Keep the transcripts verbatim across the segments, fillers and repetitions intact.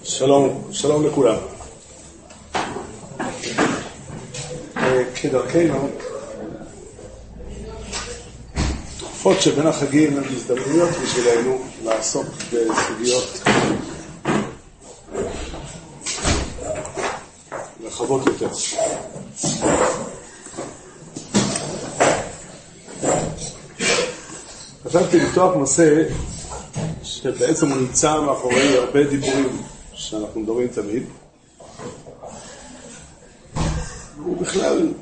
שלום, שלום לכולם. כדרכנו, תקופות שבין החגים הן הזדמנויות בשבילנו לעסוק בסוגיות רחבות יותר. חשבתי לפתוח נושא שבעצם הוא נמצא מאחורי הרבה דיבורים שאנחנו מדברים תמיד. הוא בכלל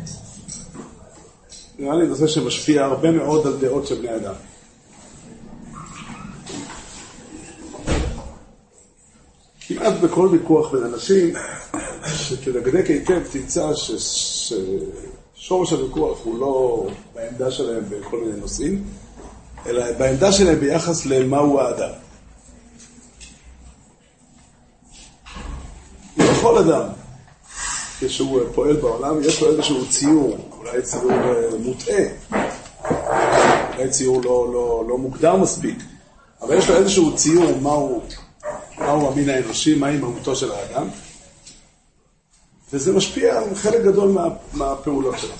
נראה לי נושא שמשפיע הרבה מאוד על דעות של בני אדם. כמעט בכל ויכוח בין אנשים שתדקדק היטב תמצא ששורש הוויכוח הוא לא בעמדה שלהם בכל מיני נושאים, אלא בעמדה שלהם ביחס למהו האדם. לכל אדם, כשהוא פועל בעולם, יש לו איזשהו ציור, אולי ציור מוטעה, אולי ציור לא, לא, לא מוקדם מספיק, אבל יש לו איזשהו ציור מהו, מהו המין האנושי, מהי מהותו של האדם, וזה משפיע על חלק גדול מה, מהפעולות שלו.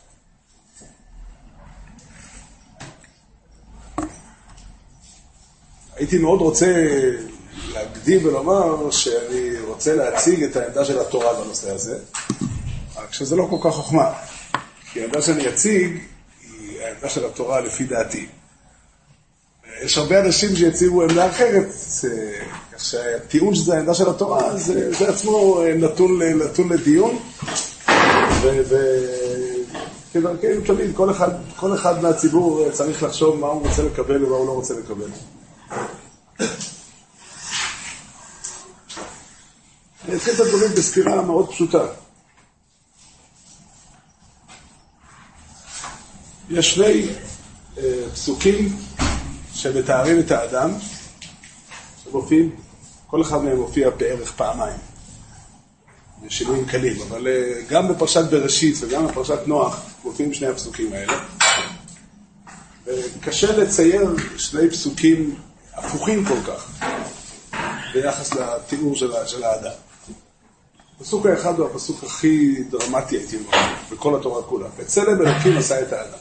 הייתי מאוד רוצה להקדים ולומר שאני רוצה להציג את העמדה של התורה בנושא הזה, רק שזה לא כל כך חוכמה, כי העמדה שאני אציג היא העמדה של התורה לפי דעתי. יש הרבה אנשים שיציבו עמדה אחרת, כך שהטיעון שזה העמדה של התורה, זה, זה עצמו נתון, נתון לדיון, וכדרכנו תמיד, כל אחד, כל אחד מהציבור צריך לחשוב מה הוא רוצה לקבל ומה הוא לא רוצה לקבל. אני אתחיל את הדברים בסקירה מאוד פשוטה. יש שני אה, פסוקים שמתארים את האדם, שמופיעים, כל אחד מהם מופיע בערך פעמיים, בשינויים קלים, אבל אה, גם בפרשת בראשית וגם בפרשת נוח מופיעים שני הפסוקים האלה. וקשה לצייר שני פסוקים הפוכים כל כך ביחס לתיאור של, של האדם. הפסוק האחד הוא הפסוק הכי דרמטי, הייתי אומר, בכל התורה כולה. בצלם אלוקים עשה את האדם.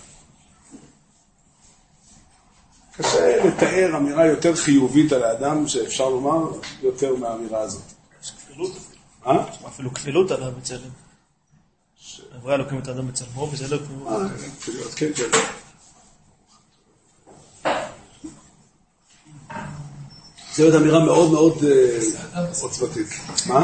קשה לתאר אמירה יותר חיובית על האדם שאפשר לומר יותר מהאמירה הזאת. יש כפילות אפילו. אה? אפילו כפילות עליו בצלם. עברה אלוקים את האדם בצלמו, וזה לא כפילות. אה, כפילות, כן, כן. זאת אמירה מאוד מאוד עוצמתית. מה?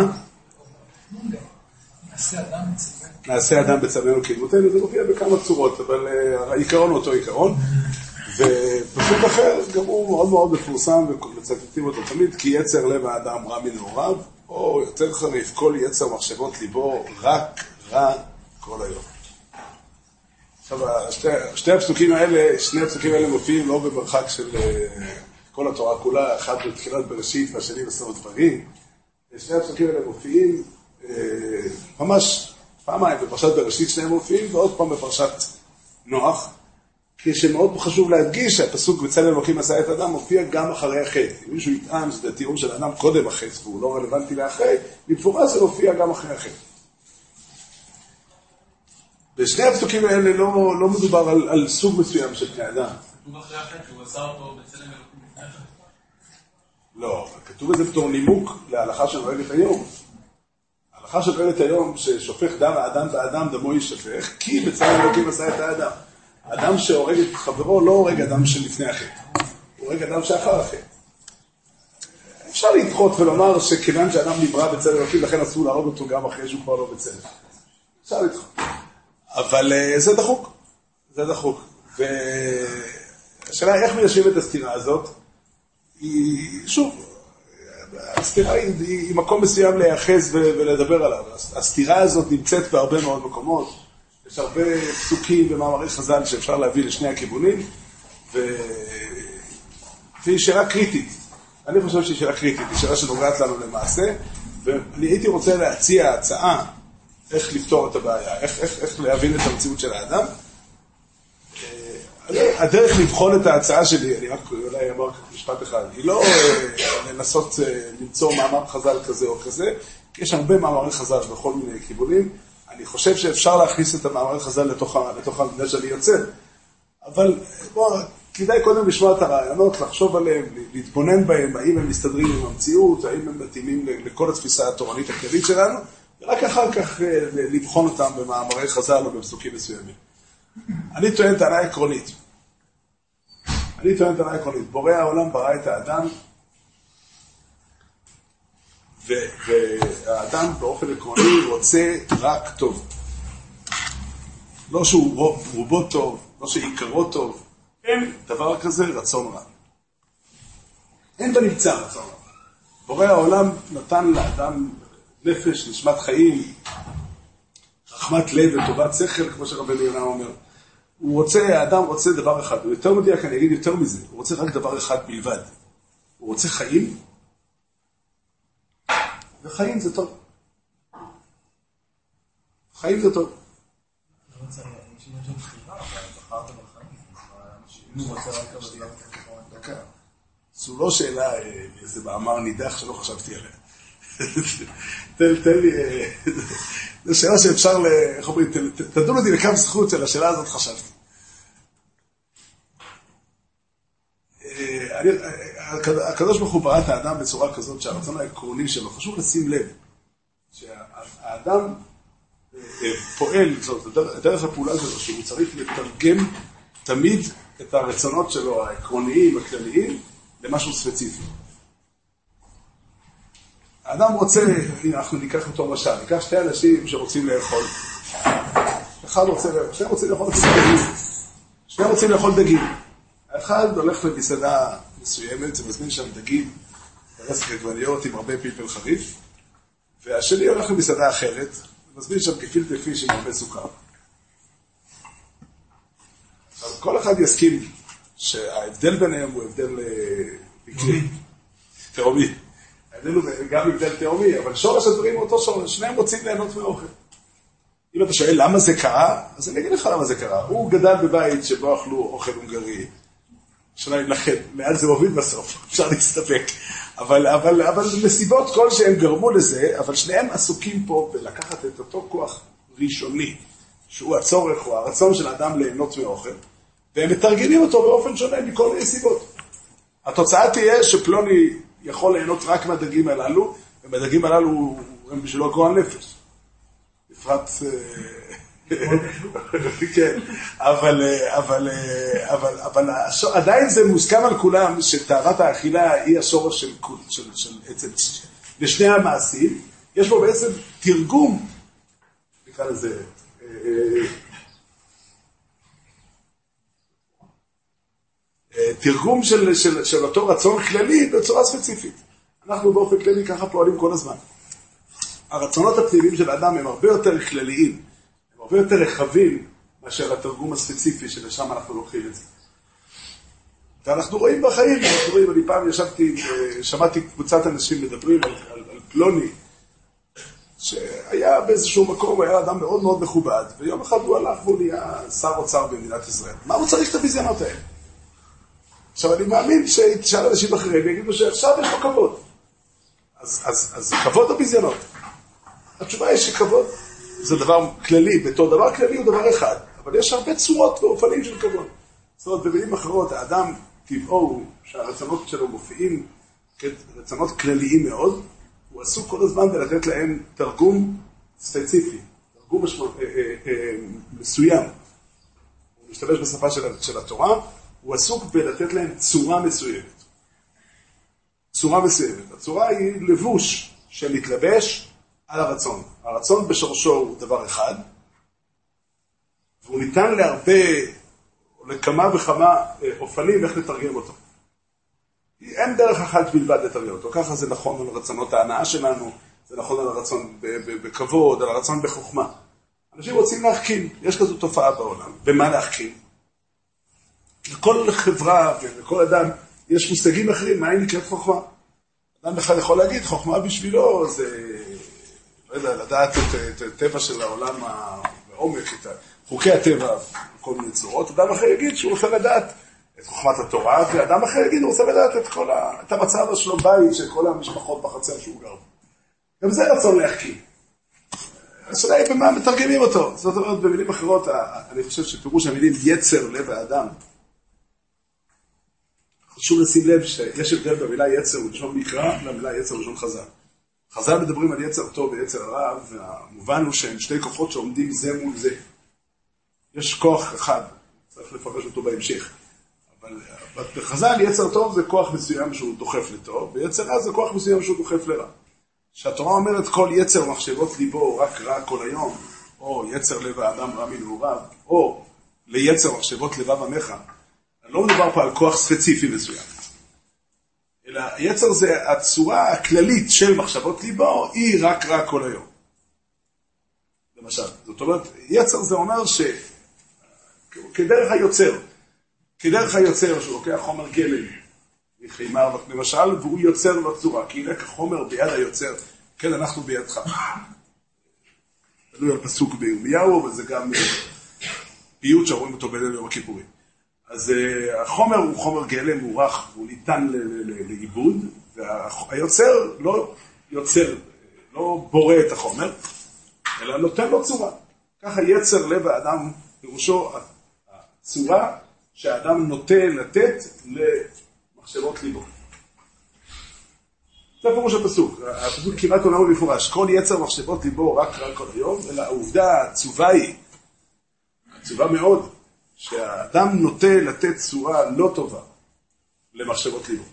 נעשה אדם בצלמנו. נעשה אדם בצלמנו כדמותנו, זה מופיע בכמה צורות, אבל העיקרון הוא אותו עיקרון. ופסוק אחר, גם הוא מאוד מאוד מפורסם ומצטטים אותו תמיד, כי יצר לב האדם רע מנעוריו, או יותר חריף, כל יצר מחשבות ליבו רק רע כל היום. עכשיו, שתי, שתי הפסוקים האלה, שני הפסוקים האלה מופיעים לא במרחק של כל התורה כולה, אחד בתחילת בראשית והשני בסוף דברים. שני הפסוקים האלה מופיעים ממש פעמיים בפרשת בראשית, שניהם מופיעים, ועוד פעם בפרשת נוח, כי שמאוד חשוב להדגיש שהפסוק בצלם אלוקים עשה את האדם מופיע גם אחרי החטא. אם מישהו יטען שזה תיאור של האדם קודם החטא והוא לא רלוונטי לאחרי, במפורש זה מופיע גם אחרי החטא. בשני הפסוקים האלה לא, לא מדובר על, על סוג מסוים של בני אדם. כתוב אחרי החטא שהוא עשה אותו בצלם אלוקים לפני החטא. לא, כתוב את זה בתור נימוק להלכה שנוהגת היום. ההלכה שנוהגת היום ששופך דם האדם באדם דמו יישפך, כי בצלם אלוקים עשה את האדם. אדם שהורג את חברו לא הורג אדם שלפני החטא, הוא הורג אדם שאחר החטא. אפשר לדחות ולומר שכיוון שאדם נברא בצלם אלוקים, לכן אסור להרוג אותו גם אחרי שהוא כבר לא בצלם. אפשר לדחות. אבל זה דחוק, זה דחוק. והשאלה איך מיישבים את הסתירה הזאת, היא, שוב, הסתירה היא, היא מקום מסוים להיאחז ולדבר עליו. הסתירה הזאת נמצאת בהרבה מאוד מקומות, יש הרבה פסוקים ומאמרי חז"ל שאפשר להביא לשני הכיוונים, והיא שאלה קריטית. אני חושב שהיא שאלה קריטית, היא שאלה שנוגעת לנו למעשה, ואני הייתי רוצה להציע הצעה איך לפתור את הבעיה, איך, איך, איך להבין את המציאות של האדם. הדרך לבחון את ההצעה שלי, אני רק אולי אמר משפט אחד, היא לא לנסות למצוא מאמר חז"ל כזה או כזה, כי יש הרבה מאמרי חז"ל בכל מיני כיוונים, אני חושב שאפשר להכניס את המאמרי חז"ל לתוך, לתוך המדינה שאני יוצר, אבל בוא, כדאי קודם לשמוע את הרעיונות, לחשוב עליהם, להתבונן בהם, האם הם מסתדרים עם המציאות, האם הם מתאימים לכל התפיסה התורנית הכללית שלנו, ורק אחר כך לבחון אותם במאמרי חז"ל או בפסוקים מסוימים. אני טוען טענה עקרונית. אני טוען טענה עקרונית. בורא העולם ברא את האדם, והאדם באופן עקרוני רוצה רק טוב. לא שהוא רובו טוב, לא שעיקרו טוב. אין דבר כזה רצון רע. אין בנמצא רצון רע. בורא העולם נתן לאדם נפש, נשמת חיים, חכמת לב וטובת שכל, כמו שרבנו יונה אומר. הוא רוצה, האדם רוצה דבר אחד, הוא יותר מדויק, אני אגיד יותר מזה, הוא רוצה רק דבר אחד בלבד. הוא רוצה חיים, וחיים זה טוב. חיים זה טוב. לא רוצה, יש לי משהו בחירה, אבל בחרת בחיים. אם הוא רוצה רק אבל דקה. זו לא שאלה, איזה מאמר נידח שלא חשבתי עליה. תן, תן לי, זו שאלה שאפשר, איך אומרים, תדון אותי לכף זכות של השאלה הזאת חשבתי. הקדוש ברוך הוא ברא את האדם בצורה כזאת שהרצון העקרוני שלו, חשוב לשים לב, שהאדם פועל, זאת דרך הפעולה שלו, שהוא צריך לתרגם תמיד את הרצונות שלו, העקרוניים, הכלליים, למשהו ספציפי. האדם רוצה, הנה אנחנו ניקח אותו משל, ניקח שתי אנשים שרוצים לאכול. אחד רוצה, שני רוצים לאכול דגים. שני רוצים לאכול דגים. האחד הולך למסעדה מסוימת, ומזמין שם דגים, רסק עגבניות עם הרבה פלפל חריף, והשני הולך למסעדה אחרת, ומזמין שם גפילטע פיש עם הרבה סוכר. עכשיו, כל אחד יסכים שההבדל ביניהם הוא הבדל מקרי, תאומי. ההבדל הוא גם הבדל תאומי, אבל שורש הדברים הוא אותו שורש, שניהם רוצים ליהנות מאוכל. אם אתה שואל למה זה קרה, אז אני אגיד לך למה זה קרה. הוא גדל בבית שבו אכלו אוכל הונגרי, שניים לכן, מעל זה מוביל בסוף, אפשר להסתפק. אבל, אבל, אבל מסיבות כלשהם גרמו לזה, אבל שניהם עסוקים פה בלקחת את אותו כוח ראשוני, שהוא הצורך או הרצון של האדם ליהנות מאוכל, והם מתרגלים אותו באופן שונה מכל מיני סיבות. התוצאה תהיה שפלוני יכול ליהנות רק מהדגים הללו, ומהדגים הללו הם בשבילו גועל נפש. בפרט, כן, אבל, אבל, אבל, אבל עדיין זה מוסכם על כולם שטהרת האכילה היא השורש של, של, של, של, לשני המעשים. יש בו בעצם תרגום, נקרא לזה, תרגום של, של, של אותו רצון כללי בצורה ספציפית. אנחנו באופן כללי ככה פועלים כל הזמן. הרצונות הפנימיים של האדם הם הרבה יותר כלליים, הם הרבה יותר רחבים מאשר התרגום הספציפי שלשם אנחנו לוקחים את זה. ואנחנו רואים בחיים, אנחנו רואים, אני פעם ישבתי, שמעתי קבוצת אנשים מדברים על, על, על פלוני, שהיה באיזשהו מקום, הוא היה אדם מאוד מאוד מכובד, ויום אחד הוא הלך והוא נהיה שר אוצר במדינת ישראל. מה הוא צריך את הביזיונות האלה? עכשיו, אני מאמין שתשאל אנשים אחרים ויגידו שעכשיו יש לו כבוד. אז, אז, אז כבוד או ביזיונות? התשובה היא שכבוד זה דבר כללי, בתור דבר כללי הוא דבר אחד, אבל יש הרבה צורות ואופנים של כבוד. זאת אומרת, במילים אחרות, האדם טבעו שהרצונות שלו מופיעים כרצונות כלליים מאוד, הוא עסוק כל הזמן בלתת להם תרגום ספציפי, תרגום משמעות, אה, אה, אה, מסוים. הוא משתמש בשפה של, של התורה, הוא עסוק בלתת להם צורה מסוימת. צורה מסוימת. הצורה היא לבוש שמתלבש על הרצון. הרצון בשורשו הוא דבר אחד, והוא ניתן להרבה, או לכמה וכמה אופנים איך לתרגם אותו. אין דרך אחת בלבד לתרגם אותו. ככה זה נכון על רצונות ההנאה שלנו, זה נכון על הרצון בכבוד, על הרצון בחוכמה. אנשים רוצים להחכים, יש כזו תופעה בעולם. במה להחכים? לכל חברה ולכל אדם יש מושגים אחרים, מה היא נקראת חוכמה? אדם אחד יכול להגיד, חוכמה בשבילו זה, לא יודע, לדעת את הטבע של העולם בעומק, את חוקי הטבע, כל מיני צורות, אדם אחר יגיד שהוא רוצה לדעת את חוכמת התורה, ואדם אחר יגיד הוא רוצה לדעת את כל ה... את המצב השלום בית של כל המשפחות בחצר שהוא גר. גם זה רצון להחכים. השאלה היא במה מתרגמים אותו. זאת אומרת, במילים אחרות, אני חושב שפירוש המילים יצר לב האדם. חשוב לשים לב שיש הבדל במילה יצר ולשון מקרא, למילה יצר ולשון חז"ל. חז"ל מדברים על יצר טוב ויצר רע, והמובן הוא שהם שתי כוחות שעומדים זה מול זה. יש כוח אחד, צריך לפרש אותו בהמשך. אבל בחז"ל יצר טוב זה כוח מסוים שהוא דוחף לטוב, ויצר רע זה כוח מסוים שהוא דוחף לרע. כשהתורה אומרת כל יצר מחשבות ליבו רק רע כל היום, או יצר לב האדם רע מנעוריו, או ליצר מחשבות לבב עמך, לא מדובר פה על כוח ספציפי מסוים. אלא יצר זה הצורה הכללית של מחשבות ליבו, היא רק רע כל היום. למשל, זאת אומרת, יצר זה אומר ש... כדרך היוצר, כדרך היוצר שהוא לוקח חומר גלם, מחיימר למשל, והוא יוצר בצורה, כי הנה כחומר ביד היוצר, כן, אנחנו בידך. תלוי על פסוק בירמיהו, וזה גם פיוט שרואים אותו בין יום הכיפורים. אז uh, החומר הוא חומר גלם, הוא רך, הוא ניתן לעיבוד, והיוצר לא יוצר, לא בורא את החומר, אלא נותן לו צורה. ככה יצר לב האדם, פירושו הצורה שהאדם נוטה לתת למחשבות ליבו. זה פירוש הפסוק. הפסוק כמעט עונה במפורש. כל יצר מחשבות ליבו רק רק כל היום, אלא העובדה, הצובה היא, הצובה מאוד, שהאדם נוטה לתת צורה לא טובה למחשבות ליבו.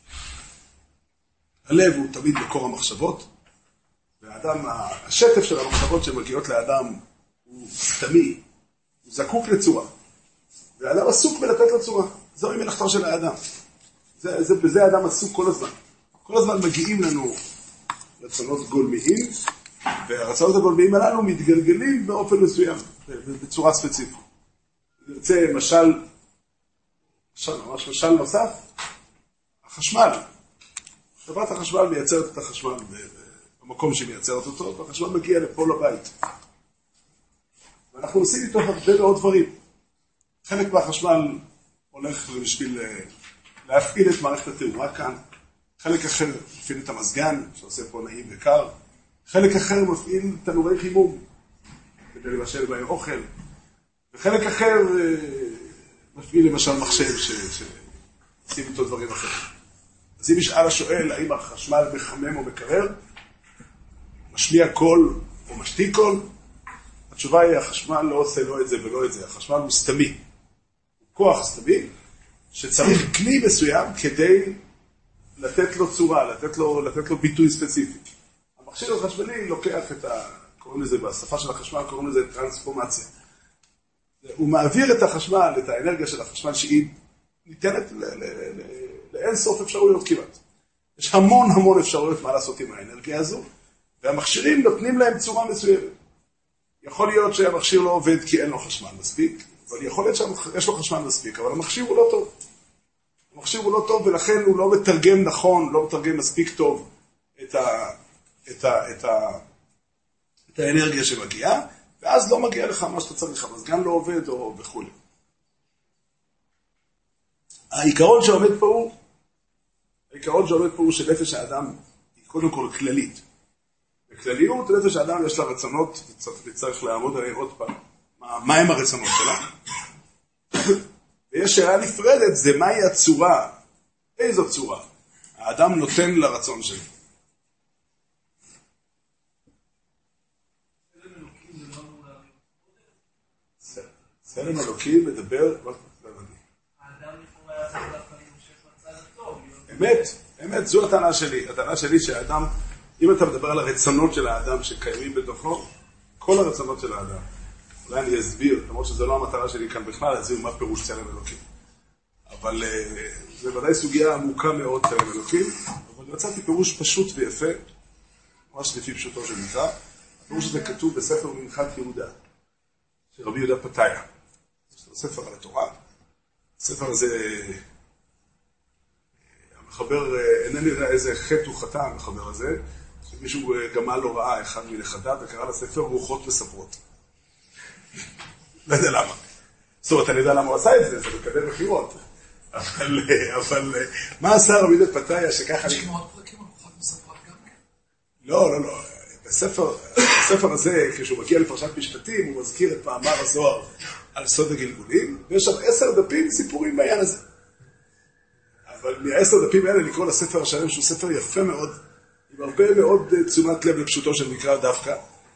הלב הוא תמיד מקור המחשבות, והאדם, השטף של המחשבות שמגיעות לאדם הוא סתמי, הוא זקוק לצורה. והאדם עסוק בלתת לו צורה. זוהי מלאכתו של האדם. זה, זה, בזה האדם עסוק כל הזמן. כל הזמן מגיעים לנו רצונות גולמיים, והרצונות הגולמיים הללו מתגלגלים באופן מסוים, בצורה ספציפית. נרצה משל, משל, ממש משל נוסף, החשמל. חברת החשמל מייצרת את החשמל במקום שהיא מייצרת אותו, והחשמל מגיע לפה לבית. ואנחנו עושים איתו הרבה מאוד דברים. חלק מהחשמל הולך בשביל להפעיל את מערכת התאורה כאן, חלק אחר מפעיל את המזגן, שעושה פה נעים וקר, חלק אחר מפעיל תנורי חימום, כדי לבשל בהם אוכל, וחלק אחר מפעיל למשל מחשב שעושים איתו דברים אחרים. אז אם ישאל השואל האם החשמל מחמם או מקרר, משמיע קול או משתיק קול, התשובה היא החשמל לא עושה לא את זה ולא את זה, החשמל הוא סתמי, הוא כוח סתמי, שצריך כלי מסוים כדי לתת לו צורה, לתת לו, לתת לו ביטוי ספציפי. המכשיר החשמלי לוקח את ה... קוראים לזה, בשפה של החשמל קוראים לזה טרנספורמציה. הוא מעביר את החשמל, את האנרגיה של החשמל שהיא ניתנת לאין סוף אפשרויות כמעט. יש המון המון אפשרויות מה לעשות עם האנרגיה הזו, והמכשירים נותנים להם צורה מסוימת. יכול להיות שהמכשיר לא עובד כי אין לו חשמל מספיק, אבל יכול להיות שיש לו חשמל מספיק, אבל המכשיר הוא לא טוב. המכשיר הוא לא טוב, ולכן הוא לא מתרגם נכון, לא מתרגם מספיק טוב את, ה, את, ה, את, ה, את האנרגיה שמגיעה, ואז לא מגיע לך מה שאתה צריך, המזגן לא עובד או וכו'. העיקרון שעומד פה הוא, העיקרון שעומד פה הוא שנפש האדם היא קודם כל כללית. בכלליות, נפש האדם יש לה רצונות, וצריך לעמוד עליהם עוד פעם. מה, מה הם הרצונות שלה? ויש שאלה נפרדת, זה מהי הצורה? איזו צורה? האדם נותן לרצון שלו. צלם אלוקים מדבר, לא הבנתי. האדם לכאורה היה צריך דווקא להימשך לצד הטוב. אמת, אמת, זו הטענה שלי. הטענה שלי שהאדם, אם אתה מדבר על הרצונות של האדם שקיימים בתוכו, כל הרצונות של האדם. אולי אני אסביר, למרות שזו לא המטרה שלי כאן בכלל, להסביר מה פירוש צלם אלוקים. אבל זה ודאי סוגיה עמוקה מאוד צלם אלוקים, אבל מצאתי פירוש פשוט ויפה, ממש לפי פשוטו של מקרא. הפירוש הזה כתוב בספר מנחת יהודה, של רבי יהודה פתאיה. זה ספר על התורה. הספר הזה, המחבר, אינני יודע איזה חטא הוא חטא, המחבר הזה, שמישהו גמל לו רעה אחד מנכדיו, וקרא לספר רוחות מספרות. לא יודע למה. זאת אומרת, אני יודע למה הוא עשה את זה, זה מקדם מחירות. אבל, אבל, מה עשה רבי יהודה פתאיה שככה... יש כמו עוד פרקים על כוחות מספרות גם כן? לא, לא, לא. בספר, בספר הזה, כשהוא מגיע לפרשת משפטים, הוא מזכיר את מאמר הזוהר על סוד הגלגולים, ויש שם עשר דפים סיפורים בעניין הזה. אבל מהעשר דפים האלה לקרוא לספר השלם, שהוא ספר יפה מאוד, עם הרבה מאוד תשומת לב לפשוטו של מקרא דווקא.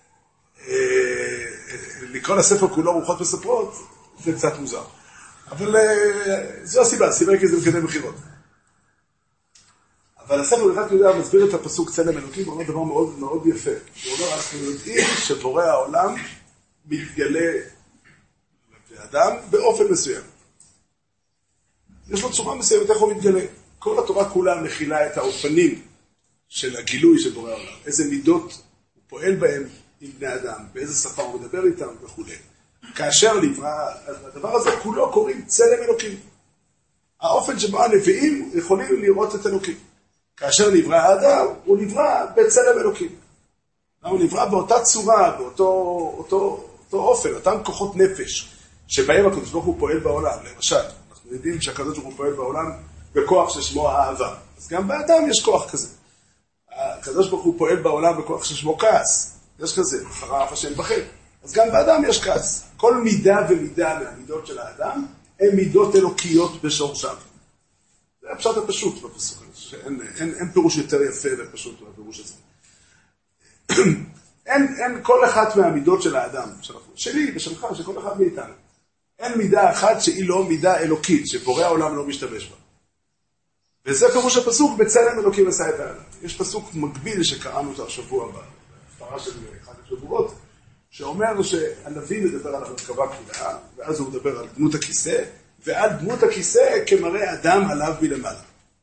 לקרוא לספר כולו רוחות מספרות, זה קצת מוזר. אבל זו הסיבה, הסיבה כי זה מקדם מחירות. אבל הספר ברכת יהודה מסביר את הפסוק צלם אלוקים, הוא אומר דבר מאוד מאוד יפה. הוא אומר, אנחנו יודעים שבורא העולם מתגלה לאדם באופן מסוים. יש לו צורה מסוימת איך הוא מתגלה. כל התורה כולה מכילה את האופנים של הגילוי של בורא העולם. איזה מידות הוא פועל בהם עם בני אדם, באיזה שפה הוא מדבר איתם וכו'. כאשר נברא, הדבר הזה כולו קוראים צלם אלוקים. האופן שבו הנביאים יכולים לראות את אלוקים. כאשר נברא האדם, הוא נברא בצלם אלוקים. הוא נברא באותה צורה, באותו אותו, אותו אופן, אותם כוחות נפש, שבהם הקדוש ברוך הוא פועל בעולם. למשל, אנחנו יודעים שהקדוש ברוך הוא פועל בעולם בכוח ששמו האהבה. אז גם באדם יש כוח כזה. הקדוש ברוך הוא פועל בעולם בכוח ששמו כעס. יש כזה, חרף השם בכם. אז גם באדם יש כעס. כל מידה ומידה מהמידות של האדם, הן מידות אלוקיות בשורשם. זה הפשט הפשוט בפסוק הזה, שאין אין, אין פירוש יותר יפה ופשוט בפירוש הזה. אין, אין כל אחת מהמידות של האדם, שאנחנו, שלי ושלך, שכל אחד מאיתנו. אין מידה אחת שהיא לא מידה אלוקית, שבורא העולם לא משתמש בה. וזה פירוש הפסוק, בצלם אלוקים עשה את האדם. יש פסוק מקביל שקראנו אותו השבוע בהפטרה של אחד השבועות, שאומר שהנביא מדבר על המרכבה כולה, ואז הוא מדבר על דמות הכיסא, ועל דמות הכיסא כמראה אדם עליו מלמעלה.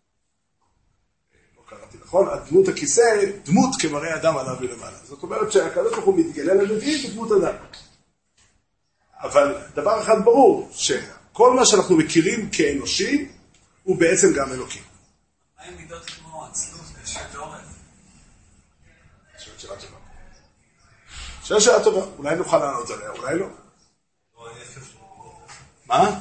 לא קראתי נכון, על דמות הכיסא, דמות כמראה אדם עליו מלמעלה. זאת אומרת שהקדוש ברוך הוא מתגלה לנביא בדמות אדם. אבל דבר אחד ברור, שכל מה שאנחנו מכירים כאנושי, הוא בעצם גם אלוקי. מה עם מידות כמו עצלות ושעת עורף? שואלת שאלה טובה. שאלה שאלה טובה. אולי נוכל לענות עליה, אולי לא. מה?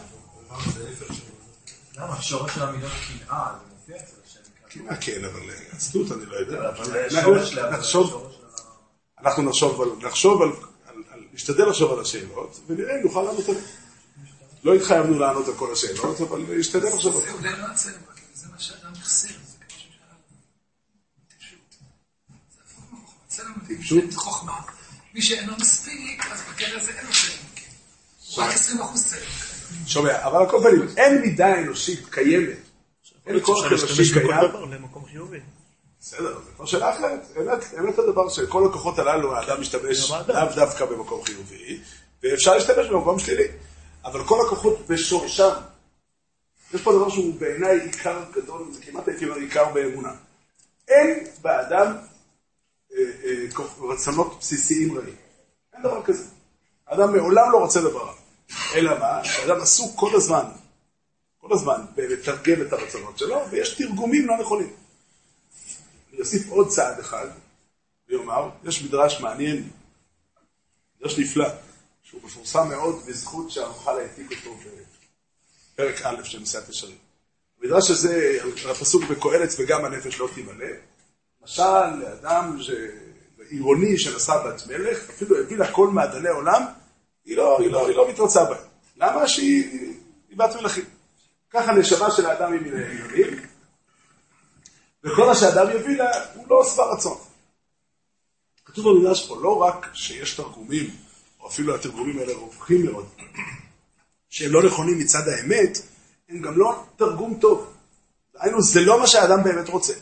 למה? השורש של המידות קנאה, זה מופיע אצל השם. קנאה כן, אבל עצלות אני לא יודע. נחשוב, אנחנו נחשוב על, נשתדל לחשוב על השאלות, ונראה אם נוכל לענות עליה. לא התחייבנו לענות על כל השאלות, אבל נשתדל לחשוב על זה אולי לא הצלם, זה מה שאדם חסר, זה כמו ששאלה. טיפשות. זה הפוך מהחוכמה. צלם טיפשות חוכמה. מי שאינו מספיק, אז בקטע הזה אין לו צלם. רק עשרים אחוז צלם. שומע, אבל על כל פנים, אין מידה אנושית קיימת. אין כוח אנושי קיים. למקום חיובי. בסדר, זה כבר שאלה אחרת. אין את הדבר שכל הכוחות הללו, האדם משתמש לאו דווקא במקום חיובי, ואפשר להשתמש במקום שלילי. אבל כל הכוחות בשורשם. יש פה דבר שהוא בעיניי עיקר גדול, זה כמעט הייתי אומר עיקר באמונה. אין באדם אה, אה, רצונות בסיסיים רעים. אין דבר כזה. האדם מעולם לא רוצה דבר רע. אלא מה? האדם עסוק כל הזמן, כל הזמן, לתרגם את הרצונות שלו, ויש תרגומים לא נכונים. אני אוסיף עוד צעד אחד, ויאמר, יש מדרש מעניין, מדרש נפלא, שהוא מפורסם מאוד בזכות שהרמח"ל העתיק אותו בפרק א' של מסילת ישרים. המדרש הזה, על הפסוק בקהלת וגם הנפש לא תימלא, משל לאדם עירוני שנשא בת מלך, אפילו הביא לה כל מעדני עולם, היא לא, היא לא, היא לא מתרצה בהם. למה? שהיא בת מלכים. ככה הנשמה של האדם היא מן העליונים, וכל מה שהאדם יביא לה הוא לא שבע רצון. כתוב במדרש פה לא רק שיש תרגומים, או אפילו התרגומים האלה רווחים מאוד, שהם לא נכונים מצד האמת, הם גם לא תרגום טוב. דהיינו, זה לא מה שהאדם באמת רוצה.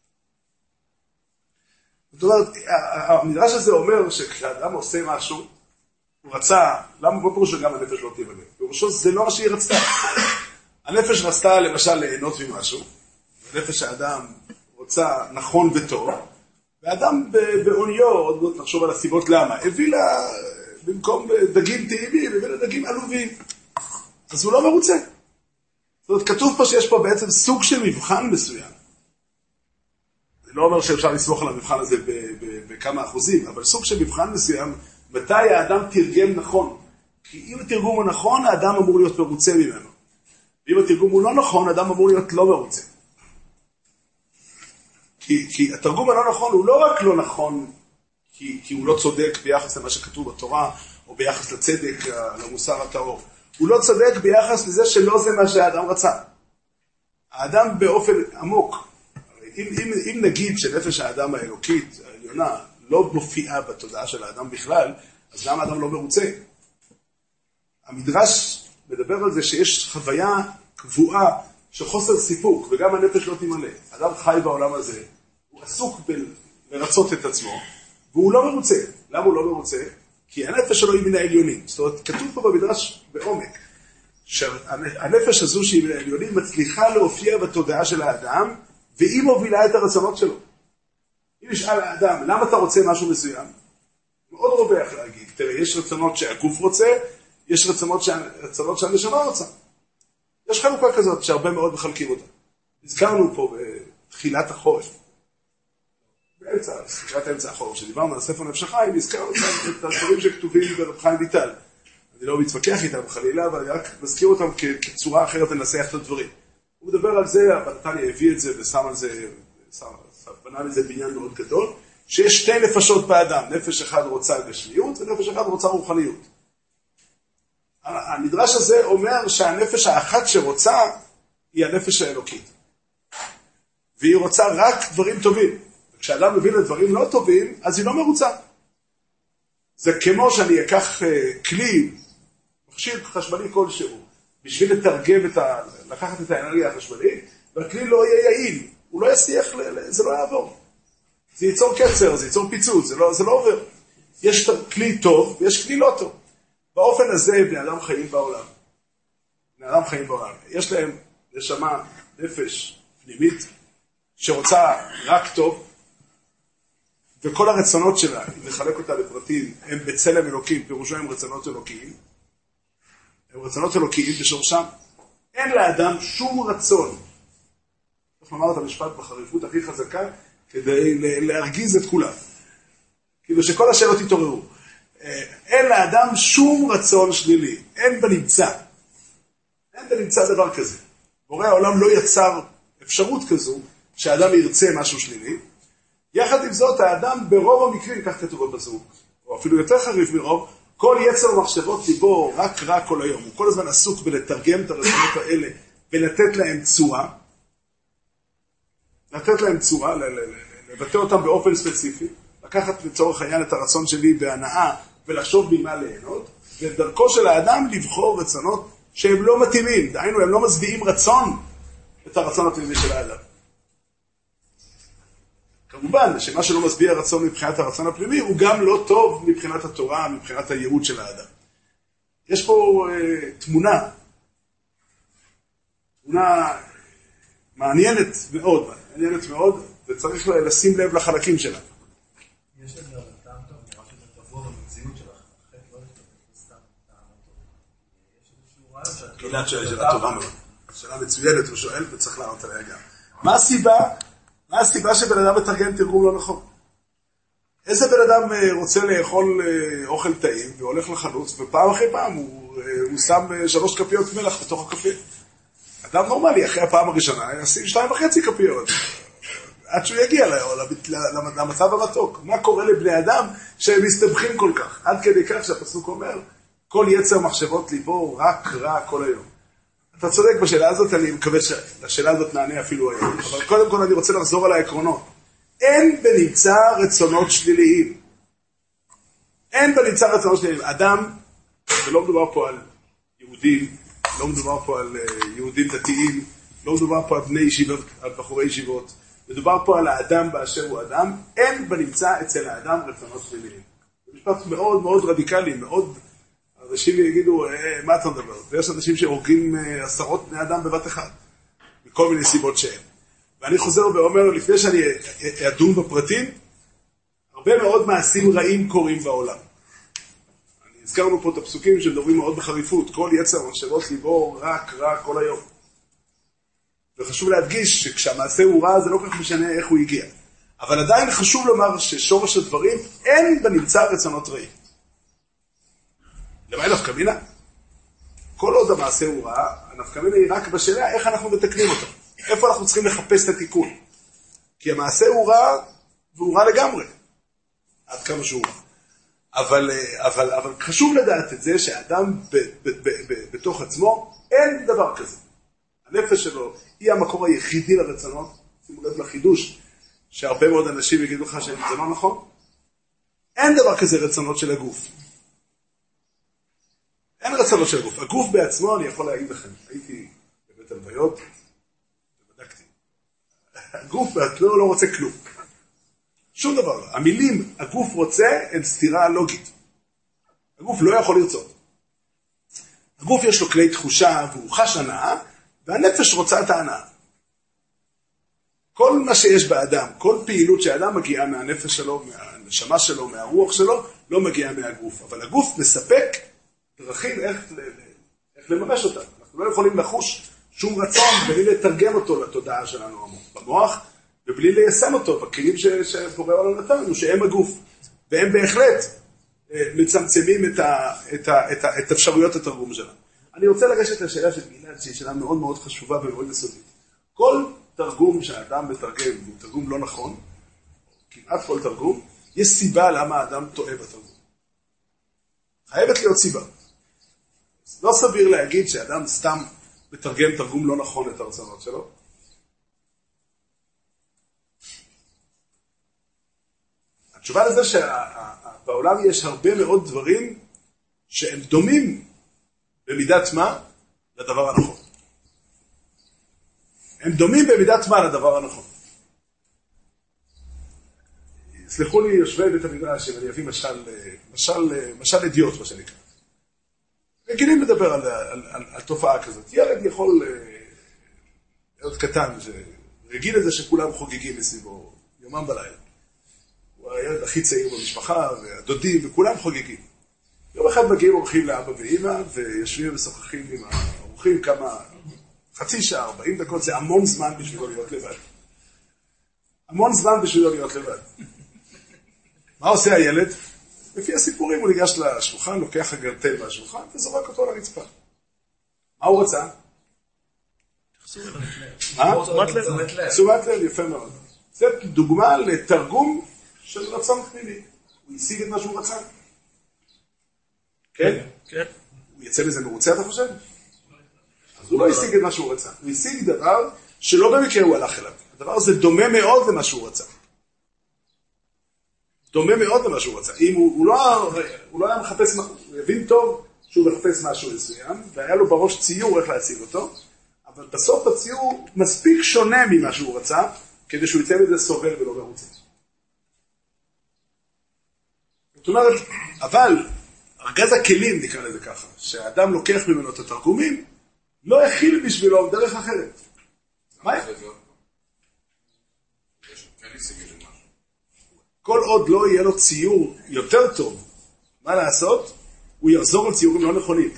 זאת אומרת, המדרש הזה אומר שכשהאדם עושה משהו, הוא רצה, למה בוא פירוש שגם הנפש לא תימלא? פירושו זה לא מה שהיא רצתה. הנפש רצתה למשל ליהנות ממשהו, הנפש האדם רוצה נכון וטוב, והאדם בעוניו, עוד מעט נחשוב על הסיבות למה, הביא לה במקום דגים טעימים, הביא לה דגים עלובים. אז הוא לא מרוצה. זאת אומרת, כתוב פה שיש פה בעצם סוג של מבחן מסוים. אני לא אומר שאפשר לסמוך על המבחן הזה בכמה אחוזים, אבל סוג של מבחן מסוים, מתי האדם תרגם נכון, כי אם התרגום הוא נכון, האדם אמור להיות מרוצה ממנו. ואם התרגום הוא לא נכון, האדם אמור להיות לא מרוצה. כי, כי התרגום הלא נכון הוא לא רק לא נכון, כי, כי הוא לא צודק ביחס למה שכתוב בתורה, או ביחס לצדק, למוסר הטהור. הוא לא צודק ביחס לזה שלא זה מה שהאדם רצה. האדם באופן עמוק, אם, אם, אם נגיד שנפש האדם האלוקית, העליונה, לא מופיעה בתודעה של האדם בכלל, אז למה האדם לא מרוצה? המדרש מדבר על זה שיש חוויה קבועה של חוסר סיפוק, וגם הנפש לא תמלא. האדם חי בעולם הזה, הוא עסוק לרצות את עצמו, והוא לא מרוצה. למה הוא לא מרוצה? כי הנפש שלו היא מן העליונים. זאת אומרת, כתוב פה במדרש בעומק, שהנפש הזו שהיא מן העליונים מצליחה להופיע בתודעה של האדם, והיא מובילה את הרצונות שלו. אם נשאל האדם, למה אתה רוצה משהו מסוים? מאוד רווח להגיד. תראה, יש רצונות שהגוף רוצה, יש רצונות, שה... רצונות שהנשמה רוצה. יש חלוקה כזאת שהרבה מאוד מחלקים אותה. הזכרנו פה בתחילת החורף. באמצע, סליחת אמצע החורף, שדיברנו על ספר נפש החיים, הזכרנו את הדברים שכתובים ברב חיים ויטל. אני לא מתווכח איתם חלילה, אבל אני רק מזכיר אותם כצורה אחרת לנסח את הדברים. הוא מדבר על זה, אבל נתניה הביא את זה ושם על זה, בנה לזה בניין מאוד גדול, שיש שתי נפשות באדם, נפש אחד רוצה גשמיות ונפש אחד רוצה רוחניות. המדרש הזה אומר שהנפש האחת שרוצה היא הנפש האלוקית. והיא רוצה רק דברים טובים. וכשאדם מבין לדברים לא טובים, אז היא לא מרוצה. זה כמו שאני אקח כלי, מכשיר חשמלי כלשהו, בשביל לתרגם את ה... לקחת את האנרגיה החשמלית, והכלי לא יהיה יעיל. הוא לא יצליח, זה לא יעבור. זה ייצור קצר, זה ייצור פיצוץ, זה לא, זה לא עובר. יש כלי טוב ויש כלי לא טוב. באופן הזה בני אדם חיים בעולם. בני אדם חיים בעולם. יש להם נשמה, נפש פנימית, שרוצה רק טוב, וכל הרצונות שלה, אם נחלק אותה לפרטים, הם בצלם אלוקים, פירושו הם רצונות אלוקיים. הם רצונות אלוקיים בשורשם. אין לאדם שום רצון. צריך לומר את המשפט בחריפות הכי חזקה, כדי להרגיז את כולם. כאילו שכל השאלות יתעוררו. אין לאדם שום רצון שלילי. אין בנמצא. אין בנמצא דבר כזה. בורא העולם לא יצר אפשרות כזו, שהאדם ירצה משהו שלילי. יחד עם זאת, האדם ברוב המקרים, כך כתוב בפסוק, או אפילו יותר חריף מרוב, כל יצר מחשבות ליבו רק רע כל היום. הוא כל הזמן עסוק בלתרגם את הרצונות האלה, ולתת להם צורה. לתת להם צורה, לבטא אותם באופן ספציפי, לקחת לצורך העניין את הרצון שלי בהנאה, ולחשוב במה ליהנות, ודרכו של האדם לבחור רצונות שהם לא מתאימים, דהיינו, הם לא מצביעים רצון את הרצון הפנימי של האדם. כמובן, שמה שלא משביע רצון מבחינת הרצון הפנימי, הוא גם לא טוב מבחינת התורה, מבחינת הייעוד של האדם. יש פה אה, תמונה, תמונה מעניינת מאוד, מעניינת מאוד, וצריך לשים לב לחלקים שלה. יש לזה אבל טעם טוב, נראה שזה תבוא במציאות שלך, אחרי לא להשתתף סתם טעם טוב. יש איזשהו רעיון שאת... גלעד שואל, שאלה טובה מאוד. שאלה מצוינת, הוא שואל וצריך לענות עליה גם. מה הסיבה? מה הסיבה שבן אדם מתרגם תרגום לא נכון? איזה בן אדם רוצה לאכול אוכל טעים והולך לחלוץ, ופעם אחרי פעם הוא, הוא שם שלוש כפיות מלח בתוך הקפה. אדם נורמלי, אחרי הפעם הראשונה, ישים שתיים וחצי כפיות. עד שהוא יגיע למצב המתוק. מה קורה לבני אדם שהם מסתבכים כל כך? עד כדי כך שהפסוק אומר, כל יצר מחשבות ליבו רק רע כל היום. אתה צודק בשאלה הזאת, אני מקווה שהשאלה הזאת נענה אפילו היום. אבל קודם כל אני רוצה לחזור על העקרונות. אין בנמצא רצונות שליליים. אין בנמצא רצונות שליליים. אדם, ולא מדובר פה על יהודים, לא מדובר פה על יהודים דתיים, לא מדובר פה על בני ישיבות, על בחורי ישיבות, מדובר פה על האדם באשר הוא אדם, אין בנמצא אצל האדם רצונות שליליים. זה משפט מאוד מאוד רדיקלי, מאוד... אנשים יגידו, אה, מה אתה מדבר? ויש אנשים שהורגים עשרות בני אדם בבת אחד, מכל מיני סיבות שהם. ואני חוזר ואומר, לפני שאני אדון בפרטים, הרבה מאוד מעשים רעים קורים בעולם. אני הזכרנו פה את הפסוקים שמדברים מאוד בחריפות, כל יצר מחשבות ליבו רק רע כל היום. וחשוב להדגיש שכשהמעשה הוא רע, זה לא כל כך משנה איך הוא הגיע. אבל עדיין חשוב לומר ששורש הדברים, אין בנמצא רצונות רעים. למה נפקא מינה? כל עוד המעשה הוא רע, הנפקא מינה היא רק בשאלה איך אנחנו מתקנים אותו. איפה אנחנו צריכים לחפש את התיקון. כי המעשה הוא רע, והוא רע לגמרי. עד כמה שהוא רע. אבל, אבל, אבל חשוב לדעת את זה שהאדם ב, ב, ב, ב, בתוך עצמו, אין דבר כזה. הנפש שלו היא המקור היחידי לרצונות. שימו לב לחידוש, שהרבה מאוד אנשים יגידו לך שזה לא נכון. אין דבר כזה רצונות של הגוף. אין רצונות של הגוף. הגוף בעצמו, אני יכול להגיד לכם, הייתי בבית הלוויות, ובדקתי. הגוף בעצמו לא רוצה כלום. שום דבר. המילים, הגוף רוצה, הן סתירה לוגית. הגוף לא יכול לרצות. הגוף יש לו כלי תחושה, והוא חש הנאה, והנפש רוצה את ההנאה. כל מה שיש באדם, כל פעילות שהאדם מגיעה מהנפש שלו, מהנשמה שלו, מהרוח שלו, לא מגיעה מהגוף. אבל הגוף מספק דרכים איך, איך לממש אותה. אנחנו לא יכולים לחוש שום רצון בלי לתרגם אותו לתודעה שלנו במוח, ובלי ליישם אותו בכלים שבורא העולם נתן לנו, שהם הגוף. והם בהחלט מצמצמים את, ה, את, ה, את, ה, את אפשרויות התרגום שלנו. אני רוצה לגשת לשאלה של גלעד, שהיא שאלה מאוד מאוד חשובה ומאוד יסודית. כל תרגום שהאדם מתרגם, הוא תרגום לא נכון, כמעט כל תרגום, יש סיבה למה האדם טועה בתרגום. חייבת להיות סיבה. לא סביר להגיד שאדם סתם מתרגם תרגום לא נכון את הרצונות שלו. התשובה לזה שבעולם יש הרבה מאוד דברים שהם דומים במידת מה לדבר הנכון. הם דומים במידת מה לדבר הנכון. סלחו לי יושבי בית המדרש, ואני אביא משל, משל, משל אדיוט, מה שנקרא. רגילים לדבר על, על, על, על תופעה כזאת. ילד יכול, ילד קטן, רגיל לזה שכולם חוגגים מסביבו, יומם בלילה. הוא הילד הכי צעיר במשפחה, והדודים, וכולם חוגגים. יום אחד מגיעים אורחים לאבא ואמא, ויושבים ושוחחים עם האורחים כמה, חצי שעה, ארבעים דקות, זה המון זמן בשבילו להיות לבד. המון זמן בשבילו להיות לבד. מה עושה הילד? לפי הסיפורים הוא ניגש לשולחן, לוקח הגרטל מהשולחן, וזורק אותו לרצפה. מה הוא רצה? מה? תשומת לב, יפה מאוד. זה דוגמה לתרגום של רצון פנימי. הוא השיג את מה שהוא רצה. כן? כן. הוא יצא לזה מרוצה, אתה חושב? אז הוא לא השיג את מה שהוא רצה. הוא השיג דבר שלא במקרה הוא הלך אליו. הדבר הזה דומה מאוד למה שהוא רצה. דומה מאוד למה שהוא רצה. אם הוא, הוא, לא, הוא לא היה מחפש, הוא הבין טוב שהוא מחפש משהו מסוים, והיה לו בראש ציור איך להציג אותו, אבל בסוף הציור מספיק שונה ממה שהוא רצה, כדי שהוא יצא מזה סובל ולא מרוצה. זאת אומרת, אבל ארגז הכלים, נקרא לזה ככה, שהאדם לוקח ממנו את התרגומים, לא הכיל בשבילו דרך אחרת. מה? כל עוד לא יהיה לו ציור יותר טוב, מה לעשות? הוא יחזור על ציורים לא נכונים.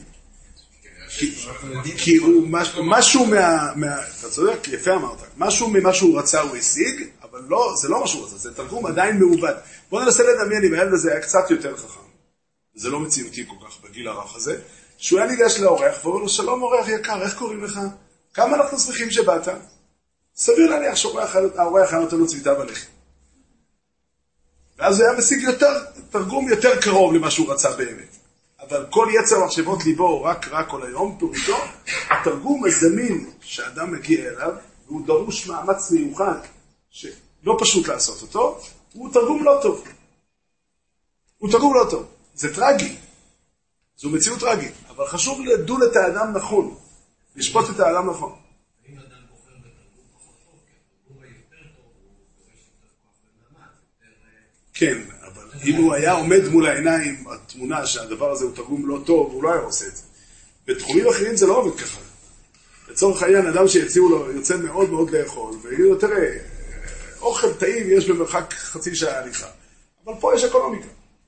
כי הוא משהו מה... אתה צודק, יפה אמרת. משהו ממה שהוא רצה הוא השיג, אבל זה לא מה שהוא רצה, זה תרגום עדיין מעובד. בואו ננסה לדמיין אם הילד הזה היה קצת יותר חכם. זה לא מציאותי כל כך בגיל הרך הזה. שהוא היה ניגש לאורח, ואומר לו, שלום אורח יקר, איך קוראים לך? כמה אנחנו שמחים שבאת? סביר להניח שהאורח היה נותן לו צביטה בלחם. ואז הוא היה משיג יותר, תרגום יותר קרוב למה שהוא רצה באמת. אבל כל יצר מחשבות ליבו רק רע כל היום, פירושו, התרגום הזמין שאדם מגיע אליו, והוא דרוש מאמץ מיוחד, שלא פשוט לעשות אותו, הוא תרגום לא טוב. הוא תרגום לא טוב. זה טרגי. זו מציאות טרגית. אבל חשוב לדון את האדם נכון. לשפוט את האדם נכון. אם אדם בוחר בתרגום פחות טוב, כי התרגום היותר טוב, הוא דורש יותר כוח ומאמץ, יותר... כן, אבל אם הוא היה עומד מול העיניים, התמונה שהדבר הזה הוא תרגום לא טוב, הוא לא היה עושה את זה. בתחומים אחרים זה לא עובד ככה. לצורך העניין, אדם שיציעו לו, יוצא מאוד מאוד לאכול, ויגידו לו, תראה, אוכל טעים יש במרחק חצי שעה הליכה. אבל פה יש אקונומיקה.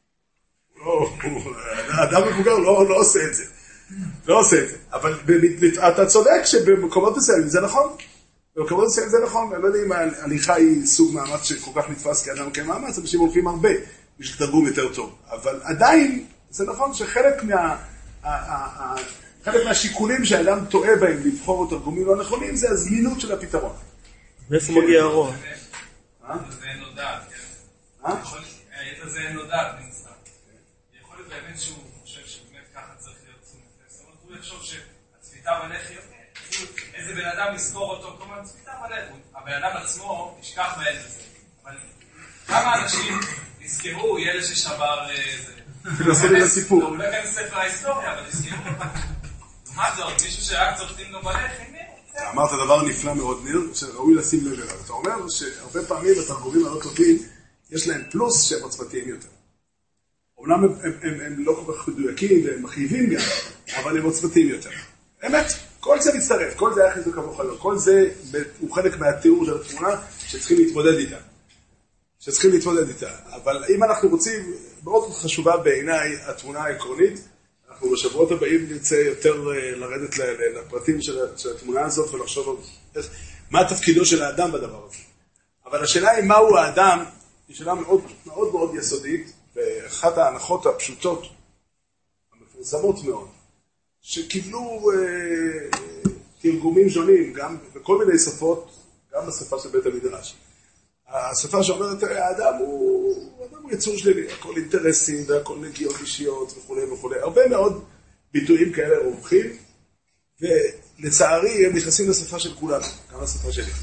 האדם מבוגר לא עושה את זה. לא עושה את זה. אבל אתה צודק שבמקומות מסוימים זה נכון. במקומות מסוימים זה נכון. אני לא יודע אם ההליכה היא סוג מאמץ שכל כך נתפס כאדם כמאמץ, אנשים הולכים הרבה בשביל תרגום יותר טוב. אבל עדיין זה נכון שחלק חלק מהשיקולים שהאדם טועה בהם לבחור תרגומים לא נכונים, זה הזמינות של הפתרון. מאיפה מגיע הרוע? זה אין נודעת, כן? אה? היית זה אין נודעת, מן הסתם. יכול להיות באמת שהוא חושב שבאמת ככה צריך להיות תשומת לב. זאת אומרת, הוא יחשוב שהצפיתה בלחי, איזה בן אדם יזכור אותו, כלומר, צפיתה בלחי. הבן אדם עצמו ישכח מאיזה זה. אבל כמה אנשים יזכרו ילד ששבר איזה... תנסו לי לסיפור. הוא לא כאן ספר ההיסטוריה, אבל יזכרו. מה זאת? מישהו שרק צוחקים לו בלחי, מי? אמרת דבר נפלא מאוד, ניר, שראוי לשים לב אליו. אתה אומר שהרבה פעמים התרגומים הלא טובים, יש להם פלוס שהם עוצמתיים יותר. אומנם הם, הם, הם, הם לא כל כך מדויקים והם מחייבים גם, אבל הם עוצמתיים יותר. אמת, כל זה מצטרף, כל זה היה חיזוק המוחלות, כל זה הוא חלק מהתיאור של התמונה שצריכים להתמודד איתה. שצריכים להתמודד איתה. אבל אם אנחנו רוצים, מאוד חשובה בעיניי התמונה העקרונית, אנחנו בשבועות הבאים נרצה יותר לרדת לפרטים של התמונה הזאת ולחשוב איך, מה התפקידו של האדם בדבר הזה. אבל השאלה היא מהו האדם, היא שאלה מאוד מאוד מאוד יסודית, ואחת ההנחות הפשוטות, המפורסמות מאוד, שקיבלו אה, תרגומים שונים, גם בכל מיני שפות, גם בשפה של בית המדרש. השפה שאומרת, האדם הוא, האדם הוא יצור שלילי, הכל אינטרסים והכל נגיעות אישיות וכו' וכו'. הרבה מאוד ביטויים כאלה רווחים, ולצערי הם נכנסים לשפה של כולנו, גם לשפה שלי.